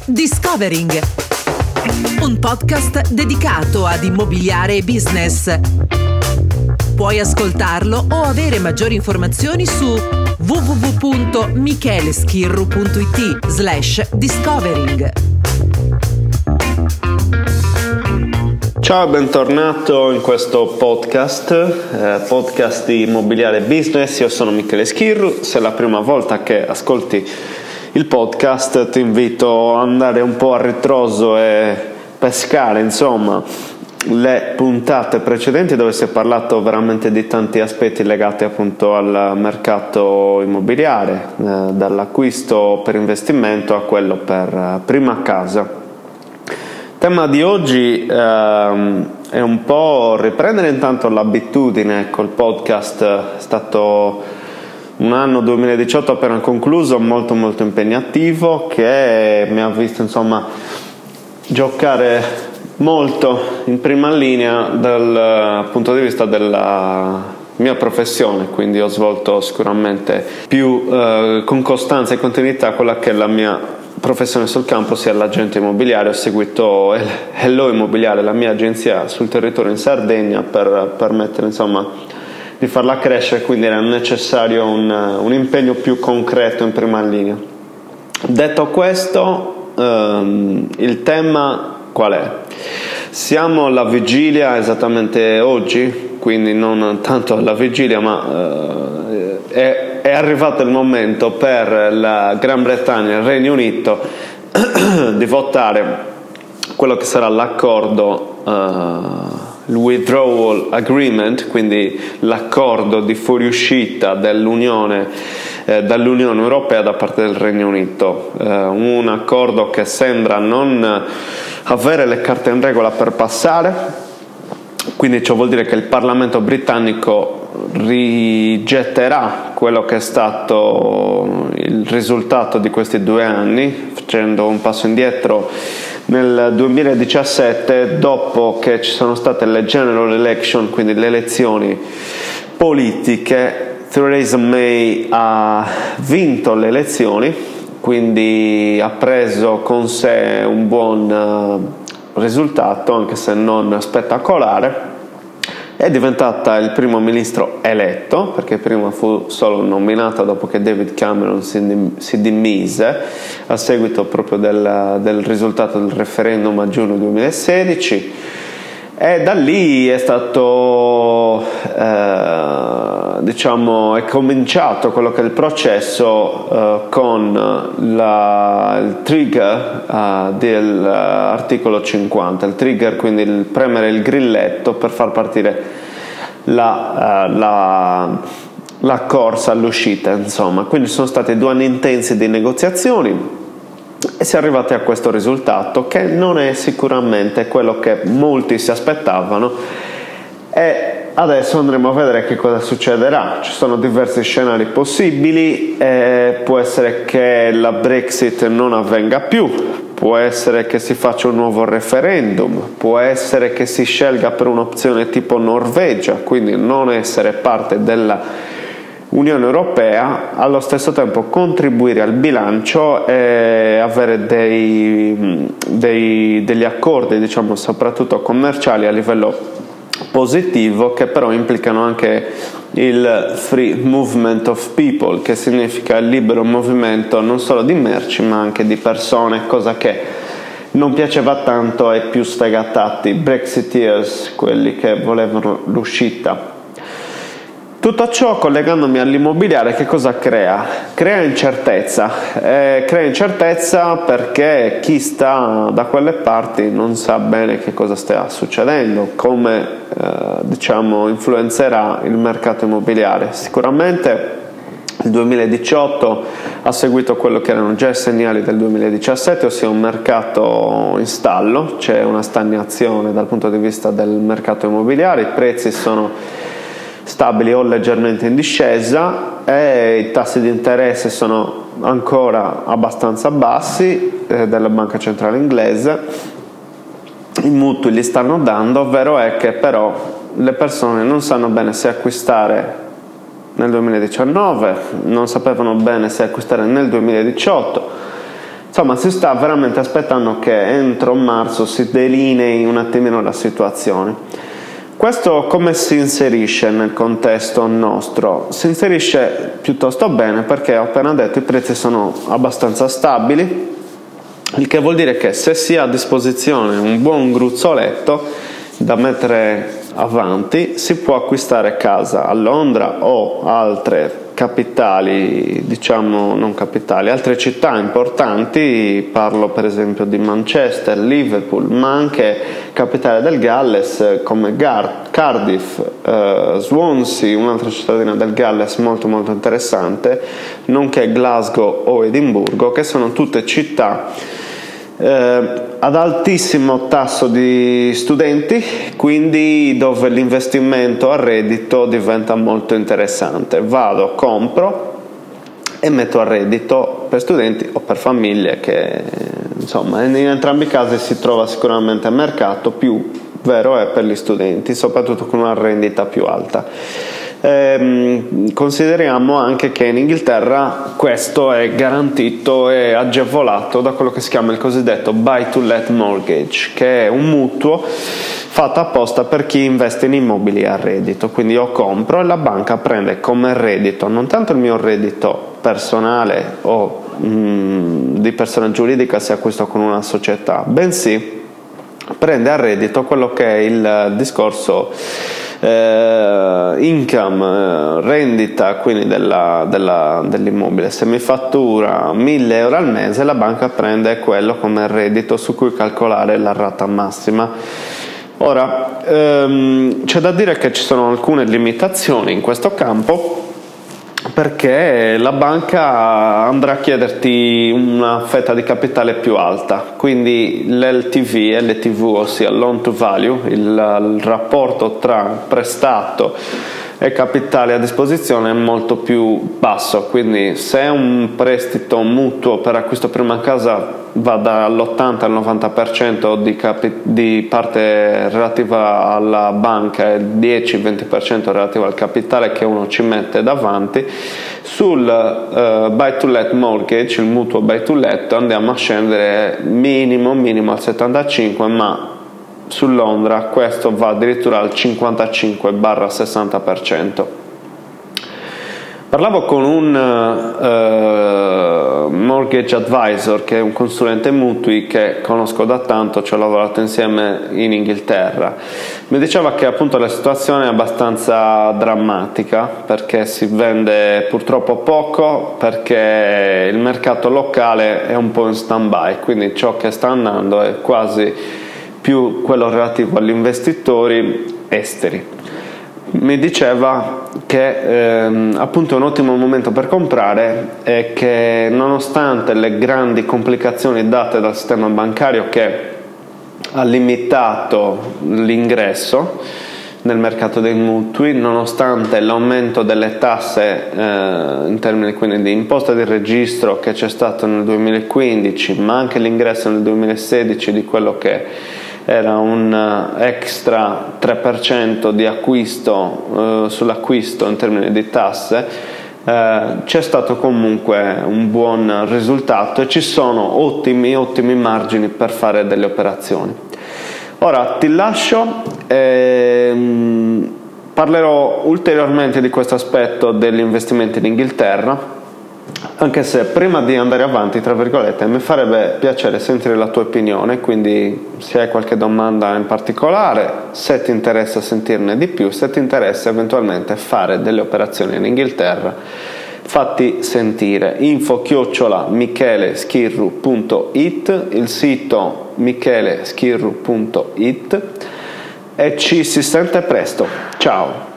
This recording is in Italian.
Discovering, un podcast dedicato ad immobiliare e business. Puoi ascoltarlo o avere maggiori informazioni su www.micheleschirru.it/discovering. Ciao e bentornato in questo podcast di immobiliare e business. Io sono Michele Schirru. Se è la prima volta che ascolti il podcast, ti invito ad andare un po' a ritroso e pescare le puntate precedenti, dove si è parlato veramente di tanti aspetti legati appunto al mercato immobiliare, dall'acquisto per investimento a quello per prima casa. Il tema di oggi è un po' riprendere intanto l'abitudine col podcast. È stato un anno 2018 appena concluso, molto impegnativo, che mi ha visto giocare molto in prima linea dal punto di vista della mia professione, quindi ho svolto sicuramente più con costanza e continuità quella che è la mia professione sul campo, sia l'agente immobiliare. Ho seguito Hello Immobiliare, la mia agenzia sul territorio in Sardegna, per permettere di farla crescere, quindi era necessario un impegno più concreto in prima linea. Detto questo, il tema qual è? Siamo alla vigilia, esattamente oggi, quindi non tanto alla vigilia, ma è arrivato il momento per la Gran Bretagna e il Regno Unito di votare quello che sarà l'accordo, il withdrawal agreement, quindi l'accordo di fuoriuscita dall'Unione Europea da parte del Regno Unito. Un accordo che sembra non avere le carte in regola per passare, quindi ciò vuol dire che il Parlamento britannico rigetterà quello che è stato il risultato di questi 2 anni, facendo un passo indietro nel 2017, dopo che ci sono state le general election, quindi le elezioni politiche. Theresa May ha vinto le elezioni, quindi ha preso con sé un buon risultato, anche se non spettacolare. È diventata il primo ministro eletto, perché prima fu solo nominata dopo che David Cameron si dimise a seguito proprio del risultato del referendum a giugno 2016, e da lì è stato è cominciato quello che è il processo con il trigger dell'articolo 50, il trigger, quindi il premere il grilletto per far partire la corsa all'uscita. Quindi sono stati 2 anni intensi di negoziazioni e si è arrivati a questo risultato, che non è sicuramente quello che molti si aspettavano, e adesso andremo a vedere che cosa succederà. Ci sono diversi scenari possibili. Può essere che la Brexit non avvenga più, può essere che si faccia un nuovo referendum, può essere che si scelga per un'opzione tipo Norvegia, quindi non essere parte della Unione Europea, allo stesso tempo contribuire al bilancio e avere degli accordi, soprattutto commerciali a livello positivo, che però implicano anche il free movement of people, che significa il libero movimento non solo di merci ma anche di persone, cosa che non piaceva tanto ai più sfegatati Brexiteers, quelli che volevano l'uscita. Tutto ciò, collegandomi all'immobiliare, che cosa crea? Crea incertezza perché chi sta da quelle parti non sa bene che cosa stia succedendo, come influenzerà il mercato immobiliare. Sicuramente il 2018 ha seguito quello che erano già i segnali del 2017, ossia un mercato in stallo, c'è una stagnazione dal punto di vista del mercato immobiliare, i prezzi sono stabili o leggermente in discesa e i tassi di interesse sono ancora abbastanza bassi della banca centrale inglese. I mutui li stanno dando, ovvero è che però le persone non sanno bene se acquistare nel 2019, non sapevano bene se acquistare nel 2018, Insomma, si sta veramente aspettando che entro marzo si delinei un attimino la situazione. Questo come si inserisce nel contesto nostro? Si inserisce piuttosto bene perché ho appena detto i prezzi sono abbastanza stabili, il che vuol dire che se si ha a disposizione un buon gruzzoletto da mettere avanti si può acquistare casa a Londra o altre capitali, diciamo non capitali, altre città importanti. Parlo per esempio di Manchester, Liverpool, ma anche capitale del Galles come Cardiff, Swansea, un'altra cittadina del Galles molto molto interessante, nonché Glasgow o Edimburgo, che sono tutte città ad altissimo tasso di studenti, quindi dove l'investimento a reddito diventa molto interessante. Vado, compro e metto a reddito per studenti o per famiglie, che insomma in entrambi i casi si trova sicuramente mercato, più vero è per gli studenti, soprattutto con una rendita più alta. Consideriamo anche che in Inghilterra questo è garantito e agevolato da quello che si chiama il cosiddetto buy to let mortgage, che è un mutuo fatto apposta per chi investe in immobili a reddito. Quindi io compro e la banca prende come reddito non tanto il mio reddito personale o di persona giuridica se acquisto con una società, bensì prende a reddito quello che è il discorso income, rendita, quindi dell'immobile. Se mi fattura 1.000 euro al mese, la banca prende quello come reddito su cui calcolare la rata massima. Ora c'è da dire che ci sono alcune limitazioni in questo campo, perché la banca andrà a chiederti una fetta di capitale più alta, quindi l'LTV e l'ETV, ossia loan to value, il rapporto tra prestato e capitale a disposizione è molto più basso. Quindi se un prestito mutuo per acquisto prima casa va dall'80 al 90% di parte relativa alla banca e il 10-20% relativo al capitale che uno ci mette davanti, sul buy to let mortgage, il mutuo buy to let, andiamo a scendere minimo al 75%, ma su Londra questo va addirittura al 55-60%. Parlavo con un mortgage advisor, che è un consulente mutui che conosco da tanto, ci ho lavorato insieme in Inghilterra. Mi diceva che appunto la situazione è abbastanza drammatica, perché si vende purtroppo poco, perché il mercato locale è un po' in stand-by, quindi ciò che sta andando è quasi più quello relativo agli investitori esteri. Mi diceva che appunto è un ottimo momento per comprare e che nonostante le grandi complicazioni date dal sistema bancario, che ha limitato l'ingresso nel mercato dei mutui, nonostante l'aumento delle tasse in termini quindi di imposta di registro che c'è stato nel 2015, ma anche l'ingresso nel 2016 di quello che era un extra 3% di acquisto sull'acquisto in termini di tasse, c'è stato comunque un buon risultato e ci sono ottimi margini per fare delle operazioni. Ora ti lascio, parlerò ulteriormente di questo aspetto degli investimenti in Inghilterra, anche se prima di andare avanti, tra virgolette, mi farebbe piacere sentire la tua opinione, quindi se hai qualche domanda in particolare, se ti interessa sentirne di più, se ti interessa eventualmente fare delle operazioni in Inghilterra, fatti sentire. info@micheleschirru.it, il sito micheleschirru.it, e ci si sente presto. Ciao!